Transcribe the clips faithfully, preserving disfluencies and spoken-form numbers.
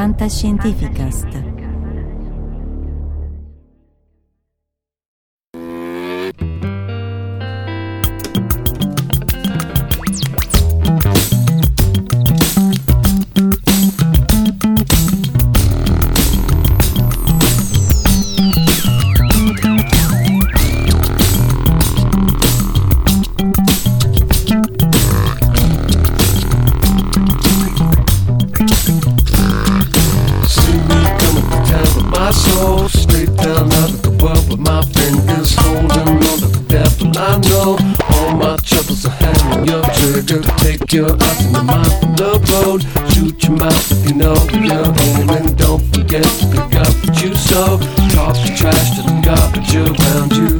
Fantascientificast. Your eyes in the mouth of the road. Shoot your mouth if you know you're home. And don't forget to pick up what you sow. Talk the trash to the garbage around you.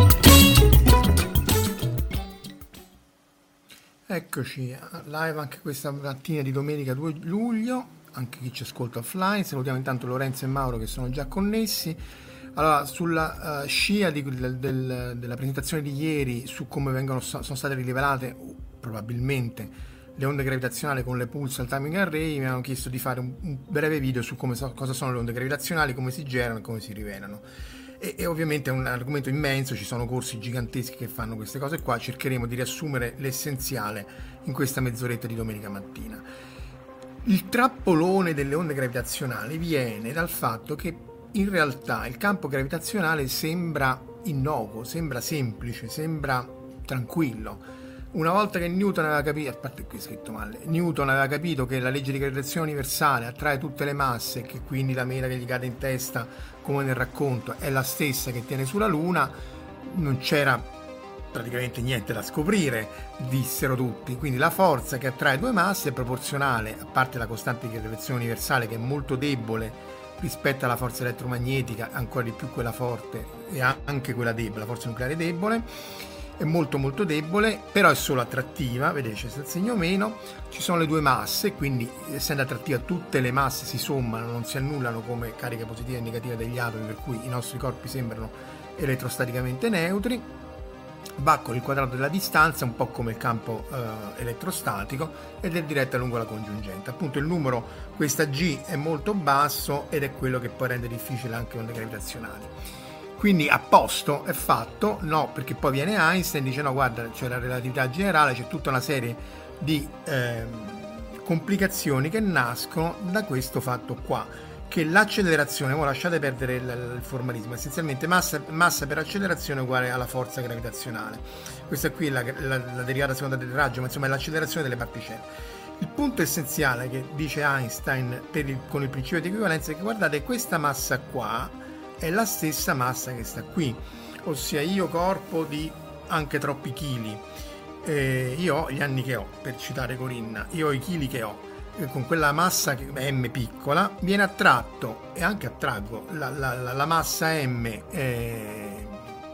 Eccoci, live anche questa mattina di domenica due luglio. Anche chi ci ascolta offline. Salutiamo intanto Lorenzo e Mauro che sono già connessi. Allora, sulla uh, scia di, del, del, della presentazione di ieri su come vengono, sono state rivelate probabilmente le onde gravitazionali con le pulsar timing array, mi hanno chiesto di fare un, un breve video su come so, cosa sono le onde gravitazionali, come si generano e come si rivelano. E, e ovviamente è un argomento immenso, ci sono corsi giganteschi che fanno queste cose qua, cercheremo di riassumere l'essenziale in questa mezz'oretta di domenica mattina. Il trappolone delle onde gravitazionali viene dal fatto che in realtà il campo gravitazionale sembra innocuo, sembra semplice, sembra tranquillo. Una volta che Newton aveva capito, a parte qui è scritto male, Newton aveva capito che la legge di gravitazione universale attrae tutte le masse e che quindi la mela che gli cade in testa, come nel racconto, è la stessa che tiene sulla Luna, non c'era praticamente niente da scoprire, dissero tutti. Quindi la forza che attrae due masse è proporzionale, a parte la costante di gravitazione universale che è molto debole rispetto alla forza elettromagnetica, ancora di più quella forte e anche quella debole, la forza nucleare debole, è molto molto debole, però è solo attrattiva, vedete c'è il segno meno, ci sono le due masse, quindi essendo attrattiva tutte le masse si sommano, non si annullano come carica positiva e negativa degli atomi, per cui i nostri corpi sembrano elettrostaticamente neutri, va con il quadrato della distanza, un po' come il campo eh, elettrostatico, ed è diretta lungo la congiungente. Appunto il numero, questa G, è molto basso ed è quello che poi rende difficile anche le onde gravitazionali. Quindi a posto, è fatto, no, perché poi viene Einstein e dice no, guarda, c'è la relatività generale, c'è tutta una serie di eh, complicazioni che nascono da questo fatto qua, che l'accelerazione, ora lasciate perdere il, il formalismo, essenzialmente massa, massa per accelerazione è uguale alla forza gravitazionale. Questa qui è la, la, la derivata seconda del raggio, ma insomma è l'accelerazione delle particelle. Il punto essenziale che dice Einstein per il, con il principio di equivalenza è che guardate, questa massa qua è la stessa massa che sta qui, ossia io corpo di anche troppi chili, eh, io ho gli anni che ho, per citare Corinna, io ho i chili che ho, eh, con quella massa che è m piccola viene attratto e anche attraggo la, la, la, la massa m eh,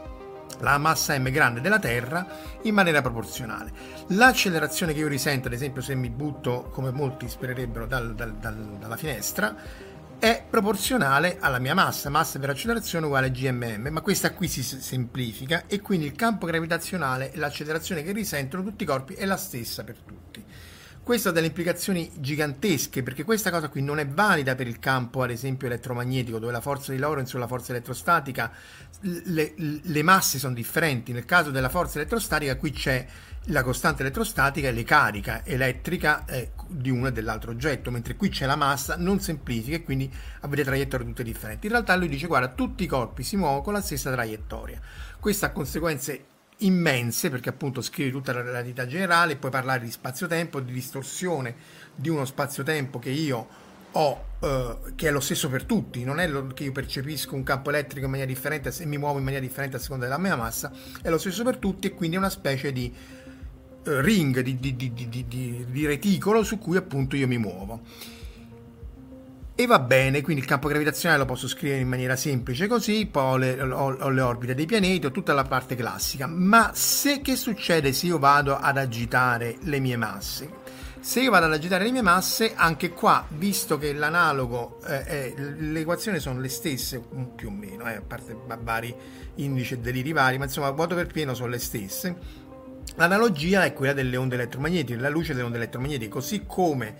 la massa m grande della Terra in maniera proporzionale. L'accelerazione che io risento, ad esempio se mi butto, come molti spererebbero, dal, dal, dal, dalla finestra, è proporzionale alla mia massa, massa per accelerazione uguale G M M, ma questa qui si semplifica e quindi il campo gravitazionale e l'accelerazione che risentono tutti i corpi è la stessa per tutti. Questo ha delle implicazioni gigantesche, perché questa cosa qui non è valida per il campo, ad esempio, elettromagnetico, dove la forza di Lorentz o la forza elettrostatica, le, le masse sono differenti. Nel caso della forza elettrostatica qui c'è la costante elettrostatica e le carica elettrica eh, di uno e dell'altro oggetto, mentre qui c'è la massa, non semplifica e quindi avete traiettorie tutte differenti. In realtà lui dice guarda, tutti i corpi si muovono con la stessa traiettoria. Questo ha conseguenze immense, perché appunto scrivi tutta la relatività generale, puoi parlare di spazio-tempo, di distorsione di uno spazio-tempo che io ho, eh, che è lo stesso per tutti, non è lo, che io percepisco un campo elettrico in maniera differente e mi muovo in maniera differente a seconda della mia massa, è lo stesso per tutti e quindi è una specie di eh, ring, di, di, di, di, di, di reticolo su cui appunto io mi muovo. E va bene, quindi il campo gravitazionale lo posso scrivere in maniera semplice così, poi ho le, ho, ho le orbite dei pianeti, ho tutta la parte classica. Ma se che succede se io vado ad agitare le mie masse? Se io vado ad agitare le mie masse, anche qua, visto che l'analogo, eh, è, le equazioni sono le stesse, più o meno, eh, a parte vari indici e deliri vari, ma insomma, vuoto per pieno sono le stesse, l'analogia è quella delle onde elettromagnetiche, la luce delle onde elettromagnetiche, così come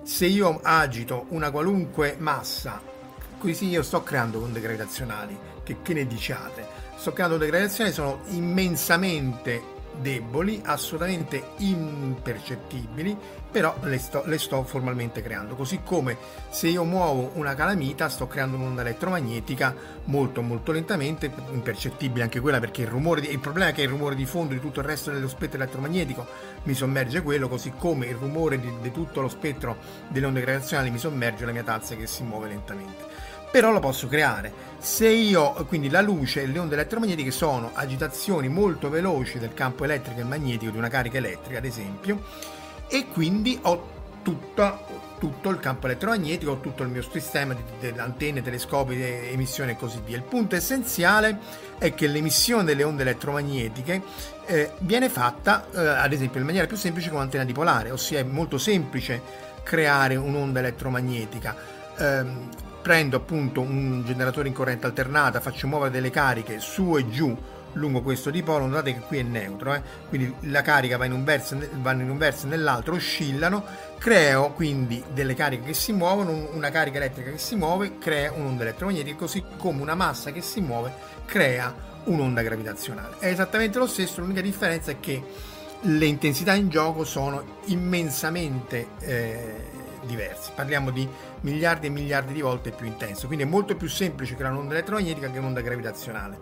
se io agito una qualunque massa, così io sto creando onde gravitazionali, che, che ne diciate? Sto creando onde gravitazionali, sono immensamente deboli, assolutamente impercettibili, però le sto, le sto formalmente creando, così come se io muovo una calamita sto creando un'onda elettromagnetica molto molto lentamente, impercettibile anche quella, perché il rumore di, il problema è che il rumore di fondo di tutto il resto dello spettro elettromagnetico mi sommerge quello, così come il rumore di, di tutto lo spettro delle onde gravitazionali mi sommerge la mia tazza che si muove lentamente. Però lo posso creare. Se io, quindi la luce e le onde elettromagnetiche sono agitazioni molto veloci del campo elettrico e magnetico di una carica elettrica, ad esempio, e quindi ho tutta, tutto il campo elettromagnetico, ho tutto il mio sistema di, di antenne, telescopi, emissioni e così via. Il punto essenziale è che l'emissione delle onde elettromagnetiche eh, viene fatta, eh, ad esempio, in maniera più semplice con un'antenna dipolare, ossia è molto semplice creare un'onda elettromagnetica. Eh, prendo appunto un generatore in corrente alternata, faccio muovere delle cariche su e giù lungo questo dipolo, notate che qui è neutro, eh? Quindi la carica va in un verso, vanno in un verso e nell'altro, oscillano, creo quindi delle cariche che si muovono, una carica elettrica che si muove crea un'onda elettromagnetica, così come una massa che si muove crea un'onda gravitazionale. È esattamente lo stesso, l'unica differenza è che le intensità in gioco sono immensamente eh, diverse, parliamo di miliardi e miliardi di volte più intenso, quindi è molto più semplice creare un'onda elettromagnetica che un'onda gravitazionale,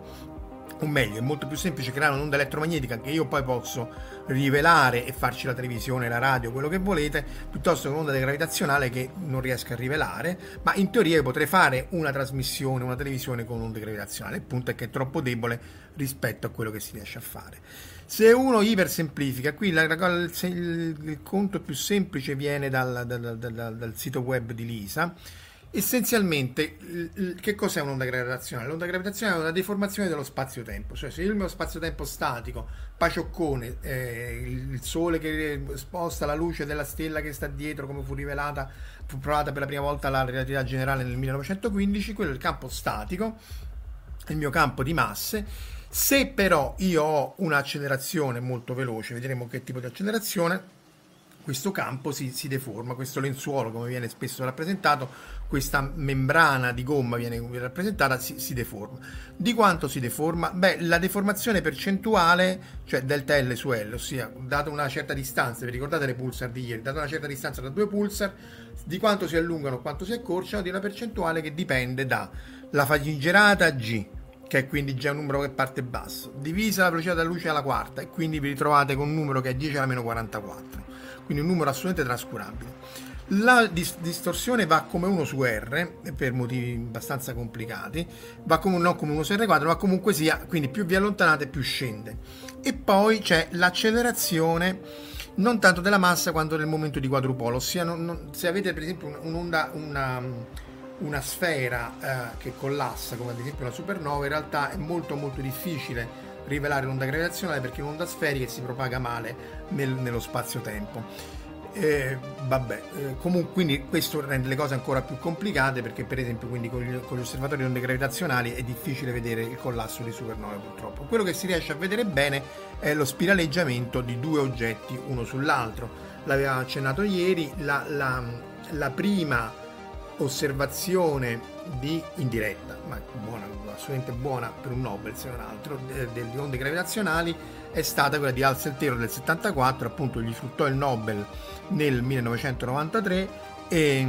o meglio, è molto più semplice creare un'onda elettromagnetica che io poi posso rivelare e farci la televisione, la radio, quello che volete, piuttosto che un'onda gravitazionale che non riesco a rivelare, ma in teoria io potrei fare una trasmissione, una televisione con onde gravitazionali. Il punto è che è troppo debole rispetto a quello che si riesce a fare. Se uno ipersemplifica, qui la, la, il, il, il conto più semplice viene dal, dal, dal, dal sito web di Lisa. Essenzialmente, che cos'è un'onda gravitazionale? L'onda gravitazionale è una deformazione dello spazio-tempo, cioè se io il mio spazio-tempo statico, pacioccone, eh, il sole che sposta la luce della stella che sta dietro, come fu rivelata, fu provata per la prima volta la relatività generale nel millenovecentoquindici, quello è il campo statico, il mio campo di masse. Se però io ho un'accelerazione molto veloce, vedremo che tipo di accelerazione, questo campo si, si deforma, questo lenzuolo, come viene spesso rappresentato, questa membrana di gomma viene rappresentata, si, si deforma. Di quanto si deforma? Beh, la deformazione percentuale, cioè delta L su L, ossia data una certa distanza, vi ricordate le pulsar di ieri, data una certa distanza tra due pulsar, di quanto si allungano o quanto si accorciano, di una percentuale che dipende dalla famigerata G, che è quindi già un numero che parte basso, divisa la velocità della luce alla quarta, e quindi vi ritrovate con un numero che è dieci alla meno quarantaquattro, quindi un numero assolutamente trascurabile. La dis- distorsione va come uno su R, per motivi abbastanza complicati, va come, non come uno su R quadro, ma comunque sia, quindi più vi allontanate più scende. E poi c'è l'accelerazione non tanto della massa quanto del momento di quadrupolo, ossia non, non, se avete per esempio un'onda, una... una sfera eh, che collassa, come ad esempio una supernova, in realtà è molto molto difficile rivelare l'onda gravitazionale, perché è un'onda sferica e si propaga male nel, nello spazio-tempo. Eh, vabbè, eh, comunque, quindi questo rende le cose ancora più complicate, perché per esempio quindi con gli, con gli osservatori di onde gravitazionali è difficile vedere il collasso di supernove, purtroppo. Quello che si riesce a vedere bene è lo spiraleggiamento di due oggetti uno sull'altro. L'aveva accennato ieri, la, la, la prima osservazione di in diretta, ma buona, assolutamente buona per un Nobel se non altro, delle onde gravitazionali, è stata quella di Alcel Taylor del settantaquattro, appunto gli fruttò il Nobel nel millenovecentonovantatré e,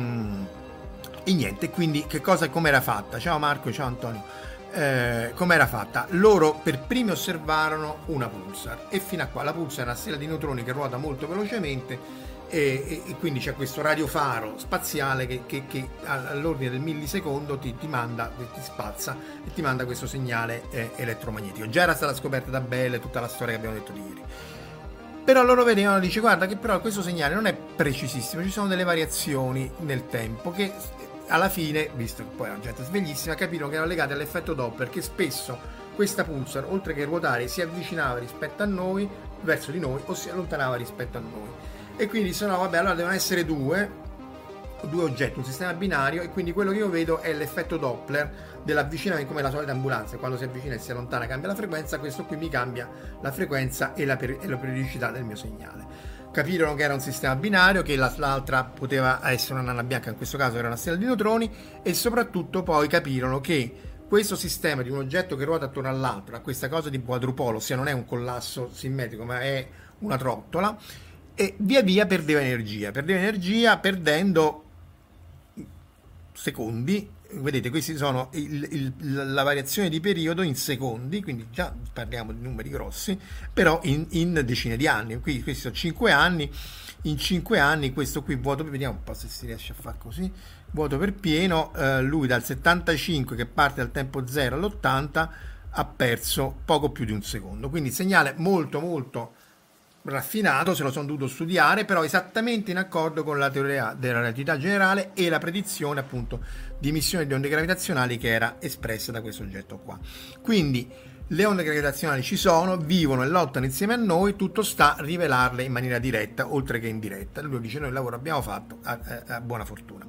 e niente, quindi che cosa, come era fatta? Ciao Marco, ciao Antonio. Eh, come era fatta? Loro per primi osservarono una pulsar, e fino a qua la pulsar è una stella di neutroni che ruota molto velocemente, e, e quindi c'è questo radiofaro spaziale che, che, che all'ordine del millisecondo ti, ti manda, ti spazza e ti manda questo segnale eh, elettromagnetico. Già era stata scoperta da Bell, tutta la storia che abbiamo detto di ieri. Però loro vedevano, dice, guarda che però questo segnale non è precisissimo, ci sono delle variazioni nel tempo che alla fine, visto che poi la gente è sveglissima, capirono che erano legate all'effetto Doppler, che spesso questa pulsar, oltre che ruotare, si avvicinava rispetto a noi, verso di noi, o si allontanava rispetto a noi. E quindi se no, vabbè, allora devono essere due, due oggetti, un sistema binario, e quindi quello che io vedo è l'effetto Doppler dell'avvicinamento, come la solita ambulanza, quando si avvicina e si allontana cambia la frequenza, questo qui mi cambia la frequenza e la, per- e la periodicità del mio segnale. capirono che era un sistema binario, che la, l'altra poteva essere una nana bianca, in questo caso era una stella di neutroni, e soprattutto poi capirono che questo sistema di un oggetto che ruota attorno all'altro, a questa cosa di quadrupolo, ossia non è un collasso simmetrico ma è una trottola, e via via perdeva energia, perdeva energia perdendo secondi. Vedete, questi sono il, il, la variazione di periodo in secondi, quindi già parliamo di numeri grossi, però in, in decine di anni. Qui questi sono cinque anni, in cinque anni questo qui vuoto, vediamo un po' se si riesce a fare così, vuoto per pieno, eh, lui dal settantacinque che parte dal tempo zero all'ottanta ha perso poco più di un secondo, quindi segnale molto molto raffinato, se lo sono dovuto studiare, però esattamente in accordo con la teoria della relatività generale e la predizione appunto di emissione di onde gravitazionali che era espressa da questo oggetto qua. Quindi le onde gravitazionali ci sono, vivono e lottano insieme a noi, tutto sta a rivelarle in maniera diretta oltre che indiretta. Lui dice: noi il lavoro abbiamo fatto, a, a, a buona fortuna.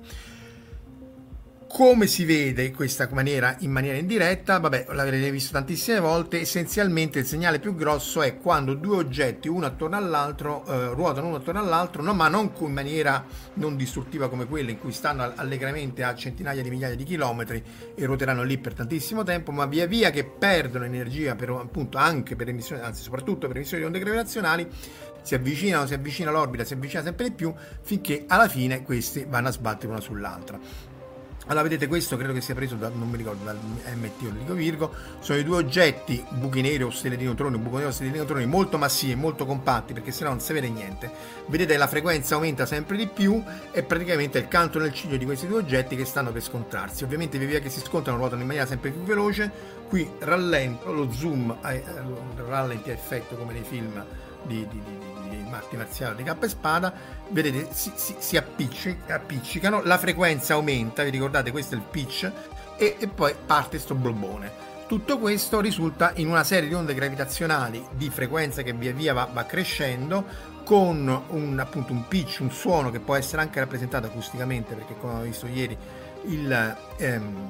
Come si vede questa maniera in maniera indiretta? Vabbè, l'avrete visto tantissime volte. Essenzialmente il segnale più grosso è quando due oggetti, uno attorno all'altro, eh, ruotano uno attorno all'altro, no, ma non in maniera non distruttiva come quella in cui stanno allegramente a centinaia di migliaia di chilometri e ruoteranno lì per tantissimo tempo, ma via via che perdono energia per, appunto anche per emissione, anzi soprattutto per emissione di onde gravitazionali, si avvicinano, si avvicina l'orbita, si avvicina sempre di più, finché alla fine questi vanno a sbattere una sull'altra. Allora vedete, questo credo che sia preso da, non mi ricordo, dal M T o Lido Virgo, sono i due oggetti, buchi neri o stelle di neutroni, buco nero o stelle di neutroni, molto massivi, molto compatti, perché sennò non si vede niente. Vedete, la frequenza aumenta sempre di più e praticamente il canto nel ciglio di questi due oggetti che stanno per scontrarsi. Ovviamente via via che si scontrano ruotano in maniera sempre più veloce. Qui rallento, lo zoom, eh, rallenti a effetto come nei film di, di, di arti marziali di cappa e spada, vedete, si, si, si appiccic- appiccicano, la frequenza aumenta, vi ricordate, questo è il pitch, e, e poi parte sto blobone. Tutto questo risulta in una serie di onde gravitazionali di frequenza che via via va, va crescendo, con un, appunto un pitch, un suono che può essere anche rappresentato acusticamente, perché come abbiamo visto ieri il ehm,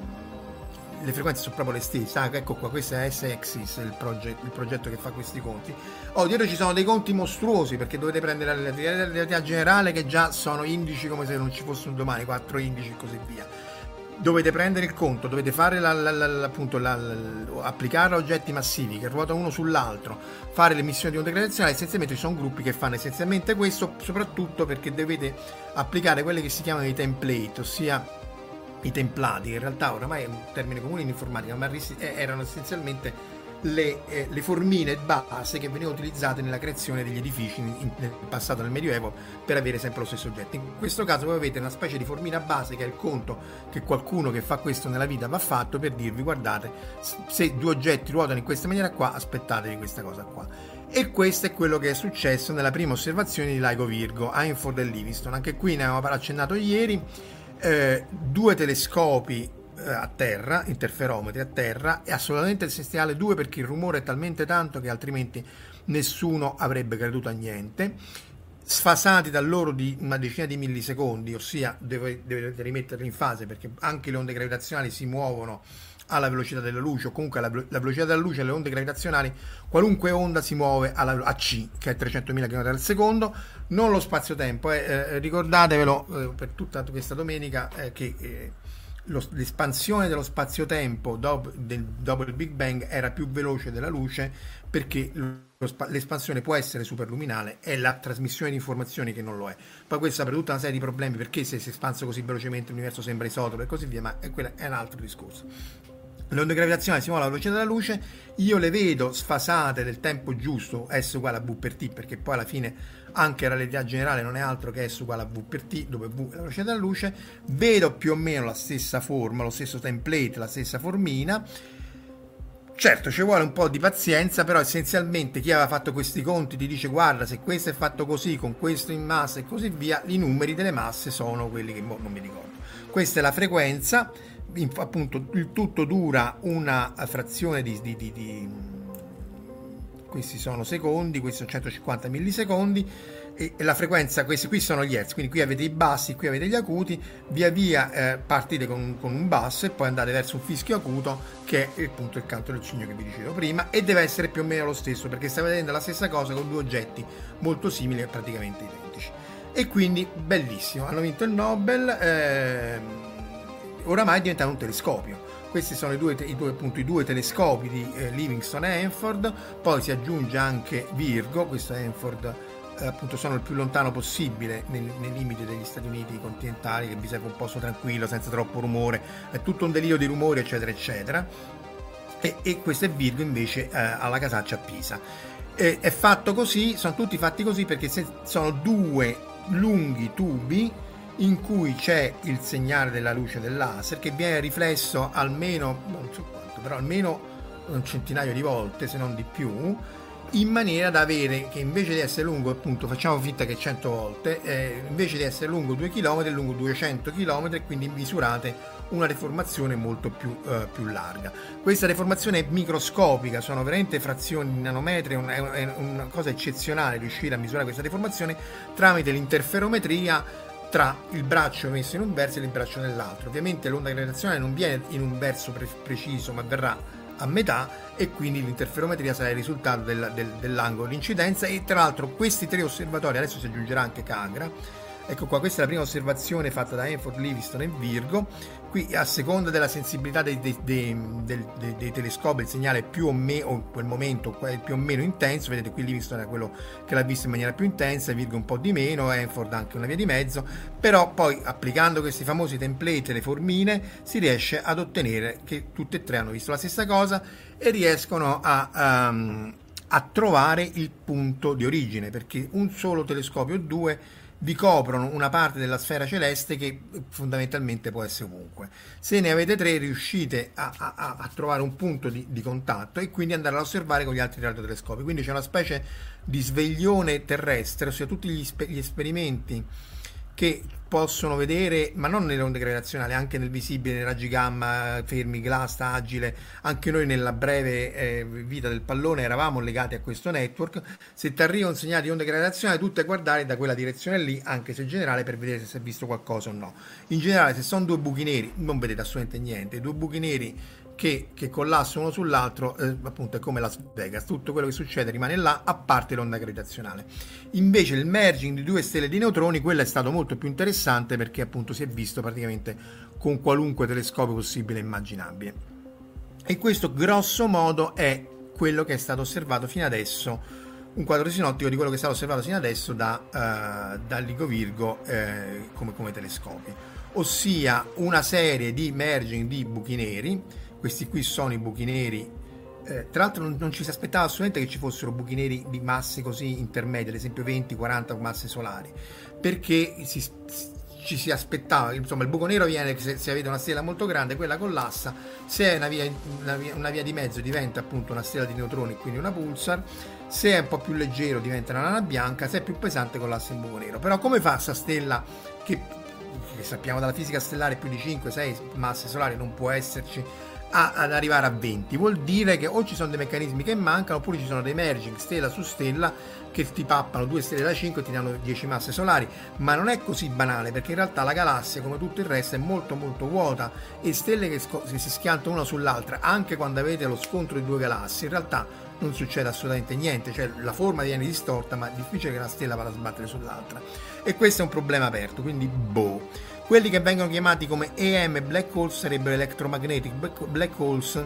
le frequenze sono proprio le stesse. Ah, ecco qua, questo è S-Axis, il, proget- il progetto che fa questi conti. Oh, dietro ci sono dei conti mostruosi, perché dovete prendere la relatività generale, che già sono indici come se non ci fossero domani, quattro indici e così via. Dovete prendere il conto, dovete fare la, la, la, appunto la, la, applicare a oggetti massivi che ruotano uno sull'altro, fare l'emissione di onde gravitazionali. Essenzialmente ci sono gruppi che fanno essenzialmente questo, soprattutto perché dovete applicare quelle che si chiamano i template, ossia i templati, che in realtà oramai è un termine comune in informatica, ma erano essenzialmente le, eh, le formine base che venivano utilizzate nella creazione degli edifici in, in, nel passato, nel Medioevo, per avere sempre lo stesso oggetto. In questo caso voi avete una specie di formina base, che è il conto che qualcuno che fa questo nella vita va fatto per dirvi: guardate, se due oggetti ruotano in questa maniera qua, aspettatevi questa cosa qua. E questo è quello che è successo nella prima osservazione di LIGO Virgo, Hanford e Livingston. Anche qui ne avevamo accennato ieri. Eh, due telescopi eh, a terra, interferometri a terra, è assolutamente essenziale due, perché il rumore è talmente tanto che altrimenti nessuno avrebbe creduto a niente, sfasati da loro di una decina di millisecondi, ossia dovete, dovete rimetterli in fase, perché anche le onde gravitazionali si muovono alla velocità della luce, o comunque alla la velocità della luce, le onde gravitazionali, qualunque onda si muove alla, a c, che è trecentomila chilometri al secondo, non lo spazio-tempo. Eh, eh, ricordatevelo eh, per tutta questa domenica, eh, che eh, lo, l'espansione dello spazio-tempo dopo, del, dopo il Big Bang era più veloce della luce, perché lo, l'espansione può essere superluminale, è la trasmissione di informazioni che non lo è. Poi questo apre tutta una serie di problemi, perché se si è espanso così velocemente l'universo sembra isotopo e così via, ma è, quella, è un altro discorso. Le onde gravitazionali si muovono alla velocità della luce, io le vedo sfasate del tempo giusto, S uguale a V per T, perché poi alla fine anche la relatività generale non è altro che S uguale a V per T, dove V è la velocità della luce. Vedo più o meno la stessa forma, lo stesso template, la stessa formina. Certo, ci vuole un po' di pazienza, però essenzialmente chi aveva fatto questi conti ti dice: guarda, se questo è fatto così, con questo in massa e così via, i numeri delle masse sono quelli che mo non mi ricordo. Questa è la frequenza, appunto il tutto dura una frazione di, di, di, di questi sono secondi, questi sono centocinquanta millisecondi, e, e la frequenza, questi qui sono gli hertz, quindi qui avete i bassi, qui avete gli acuti, via via eh, partite con, con un basso e poi andate verso un fischio acuto, che è appunto il canto del cigno che vi dicevo prima, e deve essere più o meno lo stesso, perché state vedendo la stessa cosa con due oggetti molto simili e praticamente identici. E quindi bellissimo, hanno vinto il Nobel, eh, oramai è diventato un telescopio. Questi sono i due, i due, appunto, i due telescopi di eh, Livingston e Hanford, poi si aggiunge anche Virgo, questo Hanford eh, appunto sono il più lontano possibile nei, nei limiti degli Stati Uniti continentali, che vi serve un posto tranquillo, senza troppo rumore, è tutto un delirio di rumori eccetera eccetera, e, e questo è Virgo invece eh, alla casaccia a Pisa. E, è fatto così, sono tutti fatti così perché se, sono due lunghi tubi in cui c'è il segnale della luce del laser che viene riflesso almeno, non so quanto, però almeno un centinaio di volte, se non di più, in maniera da avere che invece di essere lungo, appunto facciamo finta che cento volte, eh, invece di essere lungo due chilometri è lungo duecento chilometri, e quindi misurate una deformazione molto più, eh, più larga. Questa deformazione è microscopica, sono veramente frazioni di nanometri, è, un, è una cosa eccezionale riuscire a misurare questa deformazione tramite l'interferometria tra il braccio messo in un verso e il braccio nell'altro. Ovviamente l'onda gravitazionale non viene in un verso pre- preciso, ma verrà a metà, e quindi l'interferometria sarà il risultato del, del, dell'angolo di incidenza. E tra l'altro questi tre osservatori, adesso si aggiungerà anche Cagra, ecco qua, questa è la prima osservazione fatta da Hanford, Livingston e Virgo. Qui a seconda della sensibilità dei, dei, dei, dei, dei, dei telescopi il segnale è più o meno, o in quel momento è più o meno intenso. Vedete qui Livingston è quello che l'ha visto in maniera più intensa, Virgo un po' di meno, Hanford anche una via di mezzo, però poi applicando questi famosi template, le formine, si riesce ad ottenere che tutte e tre hanno visto la stessa cosa e riescono a, um, a trovare il punto di origine, perché un solo telescopio o due vi coprono una parte della sfera celeste che fondamentalmente può essere ovunque. Se ne avete tre riuscite a, a, a trovare un punto di, di contatto e quindi andare a osservare con gli altri radiotelescopi. Quindi c'è una specie di sveglione terrestre, ossia tutti gli, sper- gli esperimenti che possono vedere, ma non nelle onde gravitazionali, anche nel visibile, nei raggi gamma, fermi, glass, agile. Anche noi nella breve eh, vita del pallone eravamo legati a questo network. Se ti arriva un segnale di onde gravitazionali, tutto è guardare da quella direzione lì, anche se generale, per vedere se si è visto qualcosa o no. In generale, se sono due buchi neri, non vedete assolutamente niente. Due buchi neri che, che collassano uno sull'altro, eh, appunto è come Las Vegas, tutto quello che succede rimane là, a parte l'onda gravitazionale. Invece il merging di due stelle di neutroni, quello è stato molto più interessante, perché appunto si è visto praticamente con qualunque telescopio possibile e immaginabile. E questo grosso modo è quello che è stato osservato fino adesso, un quadro sinottico di quello che è stato osservato fino adesso da, uh, da LIGO Virgo eh, come, come telescopi, ossia una serie di merging di buchi neri. Questi qui sono i buchi neri, eh, tra l'altro non, non ci si aspettava assolutamente che ci fossero buchi neri di masse così intermedie, ad esempio venti quaranta masse solari, perché si, ci si aspettava, insomma il buco nero viene se, se avete una stella molto grande, quella collassa, se è una via, una, via, una via di mezzo diventa appunto una stella di neutroni, quindi una pulsar, se è un po' più leggero diventa una nana bianca, se è più pesante collassa il buco nero. Però come fa questa stella che, che sappiamo dalla fisica stellare più di cinque sei masse solari non può esserci, A, ad arrivare a venti? Vuol dire che o ci sono dei meccanismi che mancano, oppure ci sono dei merging stella su stella che ti pappano due stelle da cinque e ti danno dieci masse solari. Ma non è così banale, perché in realtà la galassia, come tutto il resto, è molto molto vuota, e stelle che, sco- che si schiantano una sull'altra, anche quando avete lo scontro di due galassie, in realtà non succede assolutamente niente, cioè la forma viene distorta, ma è difficile che una stella vada a sbattere sull'altra, e questo è un problema aperto. Quindi boh. Quelli che vengono chiamati come E M black holes sarebbero electromagnetic black holes,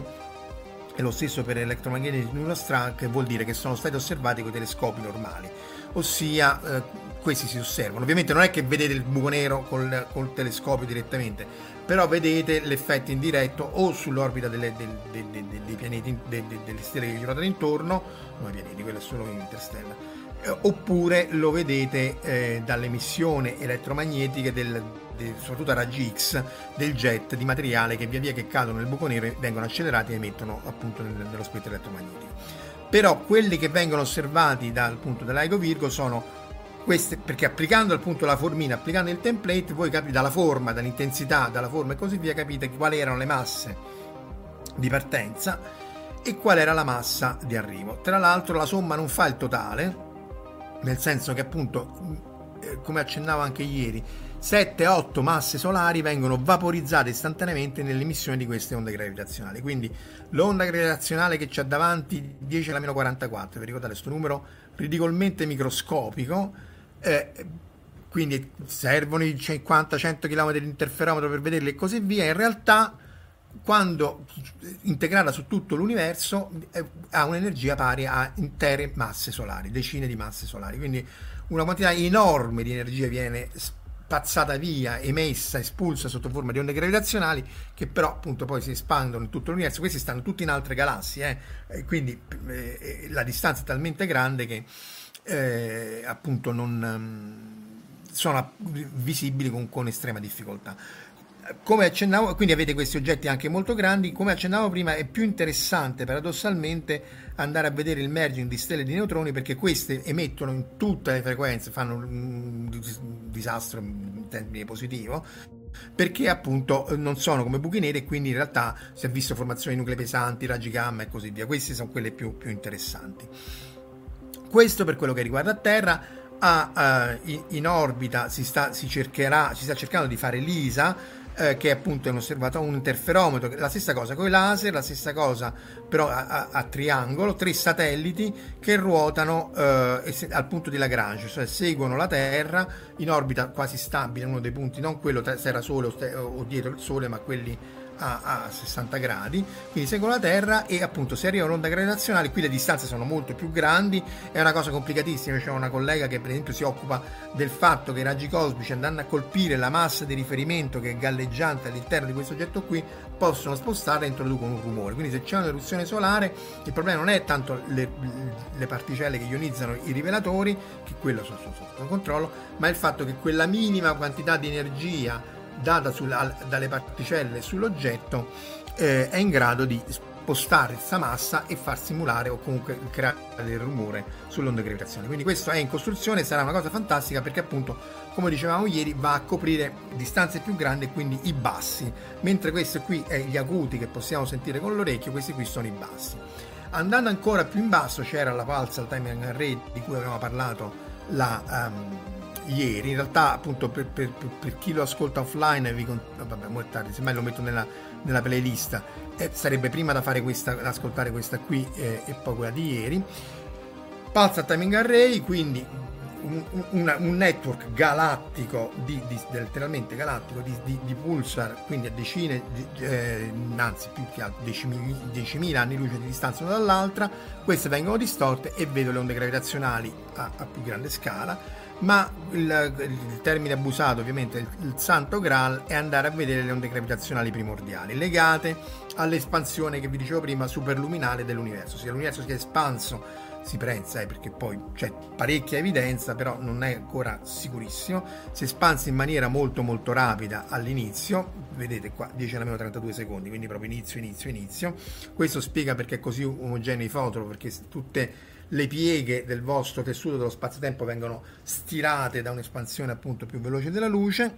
e lo stesso per electromagnetic neutron, che vuol dire che sono stati osservati con i telescopi normali, ossia eh, questi si osservano. Ovviamente non è che vedete il buco nero col, col telescopio direttamente, però vedete l'effetto indiretto o sull'orbita delle, dei, dei, dei, dei pianeti, dei, delle stelle che gli ruotano intorno, non i pianeti, quello è solo interstellar, eh, oppure lo vedete eh, dall'emissione elettromagnetiche del, de, soprattutto a raggi X, del jet di materiale che via via che cadono nel buco nero vengono accelerati e emettono appunto nel, nello spettro elettromagnetico. Però quelli che vengono osservati dal punto dell'LIGO Virgo sono queste, perché applicando appunto la formina, applicando il template, voi capite dalla forma, dall'intensità, dalla forma e così via, capite quali erano le masse di partenza, e qual era la massa di arrivo. Tra l'altro la somma non fa il totale, nel senso che appunto, eh, come accennavo anche ieri, sette otto masse solari vengono vaporizzate istantaneamente nell'emissione di queste onde gravitazionali. Quindi l'onda gravitazionale che c'è davanti, dieci alla meno quarantaquattro, vi ricordate questo numero ridicolmente microscopico, eh, quindi servono i cinquanta cento chilometri di interferometro per vederli e così via. In realtà, quando integrata su tutto l'universo, eh, ha un'energia pari a intere masse solari, decine di masse solari, quindi una quantità enorme di energia viene spazzata via, emessa, espulsa sotto forma di onde gravitazionali, che però appunto poi si espandono in tutto l'universo. Questi stanno tutti in altre galassie, eh? E quindi eh, la distanza è talmente grande che eh, appunto non um, sono visibili con, con estrema difficoltà. Come accennavo, quindi avete questi oggetti anche molto grandi. Come accennavo prima, è più interessante paradossalmente andare a vedere il merging di stelle di neutroni, perché queste emettono in tutte le frequenze, fanno un disastro in termini positivo, perché appunto non sono come buchi neri, e quindi in realtà si è visto formazione di nuclei pesanti, raggi gamma e così via. Queste sono quelle più, più interessanti. Questo per quello che riguarda Terra. A, uh, in orbita si sta, si cercherà, si sta cercando di fare l'I S A, eh, che è appunto un osservatorio, un interferometro, la stessa cosa con i laser, la stessa cosa però a, a, a triangolo, tre satelliti che ruotano eh, al punto di Lagrange, cioè seguono la Terra in orbita quasi stabile, uno dei punti, non quello Terra-Sole o, o dietro il Sole, ma quelli A, a sessanta gradi, quindi seguono la Terra, e appunto se arriva un'onda gravitazionale, qui le distanze sono molto più grandi, è una cosa complicatissima. C'è una collega che per esempio si occupa del fatto che i raggi cosmici, andando a colpire la massa di riferimento che è galleggiante all'interno di questo oggetto qui, possono spostarla e introducono un rumore. Quindi se c'è un'eruzione solare, il problema non è tanto le, le particelle che ionizzano i rivelatori, che quello sono sotto controllo, ma il fatto che quella minima quantità di energia data sul, al, dalle particelle sull'oggetto eh, è in grado di spostare questa massa e far simulare o comunque creare del rumore sull'onda gravitazionale. Quindi questo è in costruzione, sarà una cosa fantastica, perché appunto, come dicevamo ieri, va a coprire distanze più grandi e quindi i bassi, mentre questi qui è gli acuti che possiamo sentire con l'orecchio, questi qui sono i bassi. Andando ancora più in basso c'era la Pulsar Timing Array di cui avevamo parlato la um, ieri. In realtà appunto per, per, per chi lo ascolta offline, vi con... vabbè, mo è tardi, semmai lo metto nella, nella playlist, eh, sarebbe prima da fare questa, da ascoltare questa qui eh, e poi quella di ieri. Pulsar Timing Array, quindi un, un, un network galattico di, di, letteralmente galattico di, di, di pulsar, quindi a decine di, eh, anzi più che altro diecimila anni luce di distanza una dall'altra. Queste vengono distorte e vedo le onde gravitazionali a, a più grande scala. Ma il, il termine abusato, ovviamente, il, il santo graal è andare a vedere le onde gravitazionali primordiali legate all'espansione che vi dicevo prima superluminale dell'universo. Se l'universo si è espanso, si pensa, eh, perché poi c'è parecchia evidenza, però non è ancora sicurissimo, si è espanso in maniera molto molto rapida all'inizio, vedete qua dieci alla meno trentadue secondi, quindi proprio inizio inizio inizio. Questo spiega perché è così omogeneo i fotoni, perché tutte le pieghe del vostro tessuto dello spazio-tempo vengono stirate da un'espansione appunto più veloce della luce.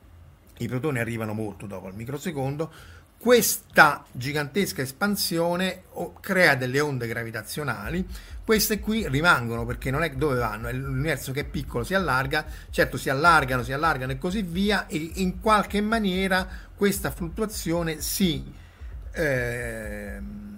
I protoni arrivano molto dopo, al microsecondo. Questa gigantesca espansione crea delle onde gravitazionali. Queste qui rimangono, perché non è dove vanno, è l'universo che è piccolo, si allarga, certo si allargano, si allargano e così via, e in qualche maniera questa fluttuazione si eh,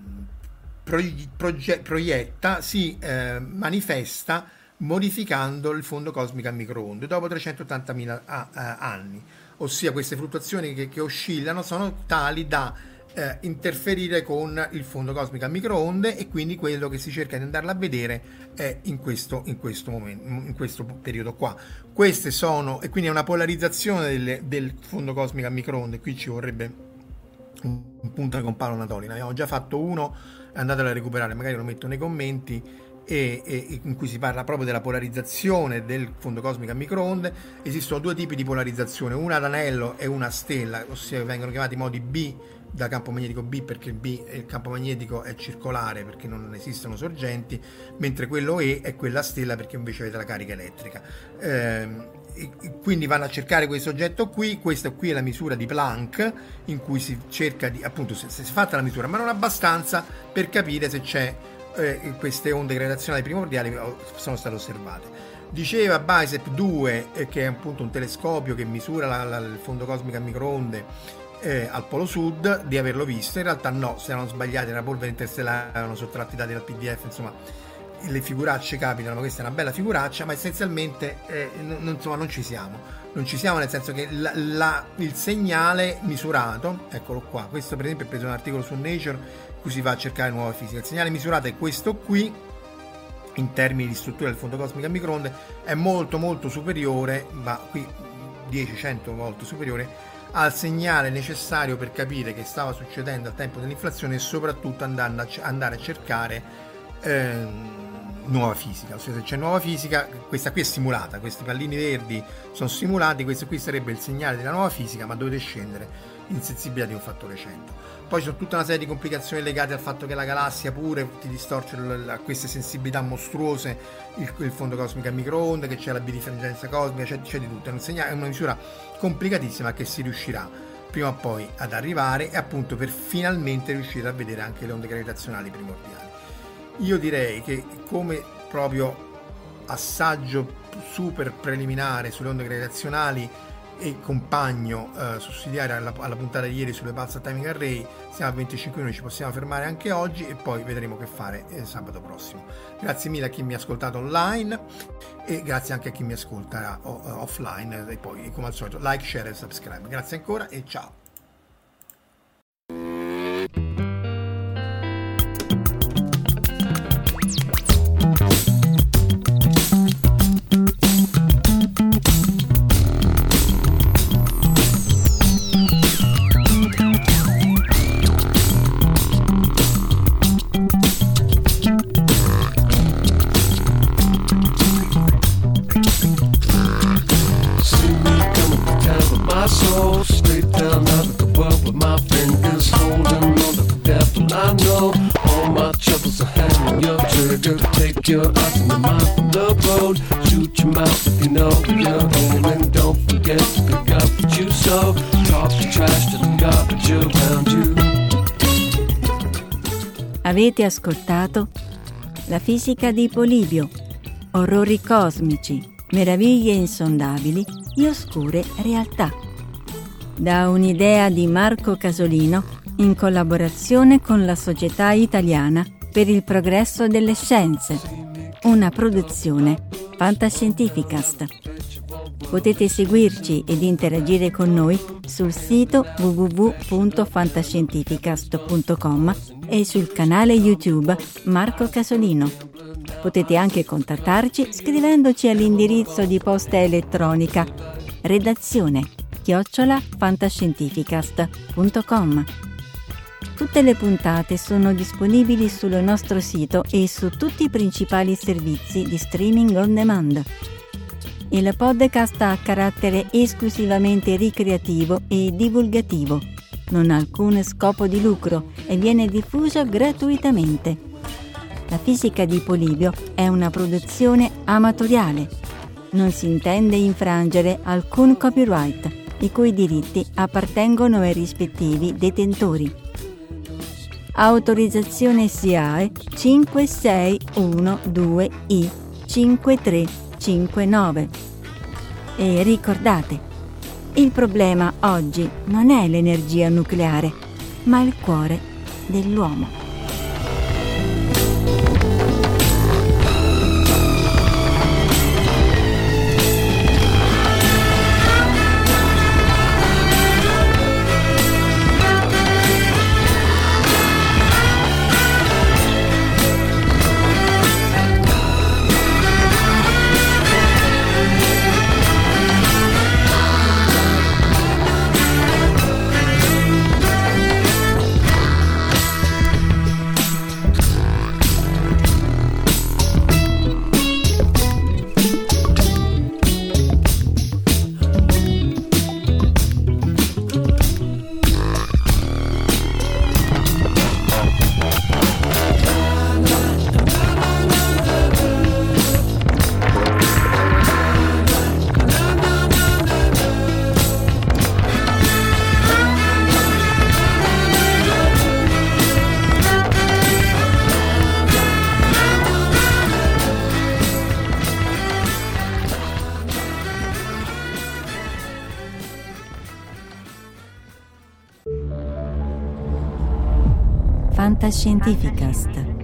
proge- proietta, si eh, manifesta modificando il fondo cosmico a microonde dopo trecentottantamila a, a, anni. Ossia, queste fluttuazioni che, che oscillano sono tali da eh, interferire con il fondo cosmico a microonde, e quindi quello che si cerca di andarla a vedere è in questo, in questo momento, in questo periodo qua. Queste sono, e quindi è una polarizzazione delle, del fondo cosmico a microonde. Qui ci vorrebbe un, un punto con Paolo Anatoli, ne abbiamo già fatto uno, andatelo a recuperare, magari lo metto nei commenti. E, e in cui si parla proprio della polarizzazione del fondo cosmico a microonde. Esistono due tipi di polarizzazione, una ad anello e una a stella, ossia vengono chiamati modi B da campo magnetico B, perché il B, il campo magnetico è circolare perché non esistono sorgenti, mentre quello E è quella a stella perché invece avete la carica elettrica. Eh, e, e quindi vanno a cercare questo oggetto qui. Questa qui è la misura di Planck, in cui si cerca di, appunto, se, se si è fatta la misura, ma non abbastanza per capire se c'è eh, queste onde gravitazionali primordiali sono state osservate. Diceva Bicep due, eh, che è appunto un telescopio che misura la, la, il fondo cosmico a microonde eh, al polo sud, di averlo visto. In realtà no, si erano sbagliati, era polvere interstellare, erano sottratti i dati dal P D F, insomma le figuracce capitano, questa è una bella figuraccia, ma essenzialmente eh, non, insomma, non ci siamo non ci siamo nel senso che la, la, il segnale misurato, eccolo qua, questo per esempio è preso un articolo su Nature in cui si va a cercare nuova fisica. Il segnale misurato è questo qui, in termini di struttura del fondo cosmico a microonde è molto molto superiore, ma qui dieci cento volte superiore al segnale necessario per capire che stava succedendo al tempo dell'inflazione e soprattutto andando a, andare a cercare ehm, nuova fisica. Ossia, se c'è nuova fisica, questa qui è simulata, questi pallini verdi sono simulati, questo qui sarebbe il segnale della nuova fisica, ma dovete scendere in sensibilità di un fattore cento. Poi c'è tutta una serie di complicazioni legate al fatto che la galassia pure ti distorce a queste sensibilità mostruose il, il fondo cosmico a microonde, che c'è la bidifferenzianza cosmica, c'è, c'è di tutto. È, un segnale, è una misura complicatissima che si riuscirà prima o poi ad arrivare, e appunto per finalmente riuscire a vedere anche le onde gravitazionali primordiali. Io direi che come proprio assaggio super preliminare sulle onde gravitazionali e compagno eh, sussidiario alla, alla puntata di ieri sulle pulsar timing array, siamo a venticinque minuti, ci possiamo fermare anche oggi e poi vedremo che fare eh, sabato prossimo. Grazie mille a chi mi ha ascoltato online e grazie anche a chi mi ascolta uh, offline, e poi come al solito like, share e subscribe. Grazie ancora e ciao. Take your eyes from the mouth from the road. Shoot your mouth if you know where you're going. Don't forget to pick up what you sow. Talk the trash to the garbage around you. Avete ascoltato La fisica di Polibio, orrori cosmici, meraviglie insondabili e oscure realtà. Da un'idea di Marco Casolino in collaborazione con la Società Italiana per il Progresso delle Scienze, una produzione Fantascientificast. Potete seguirci ed interagire con noi sul sito w w w punto fantascientificast punto com e sul canale YouTube Marco Casolino. Potete anche contattarci scrivendoci all'indirizzo di posta elettronica redazione chiocciola fantascientificast punto com. Tutte le puntate sono disponibili sul nostro sito e su tutti i principali servizi di streaming on demand. Il podcast ha carattere esclusivamente ricreativo e divulgativo, non ha alcun scopo di lucro e viene diffuso gratuitamente. La fisica di Polibio è una produzione amatoriale. Non si intende infrangere alcun copyright, i cui diritti appartengono ai rispettivi detentori. Autorizzazione S I A E cinque sei uno due I cinque tre cinque nove. E ricordate, il problema oggi non è l'energia nucleare, ma il cuore dell'uomo. Fantascientificast.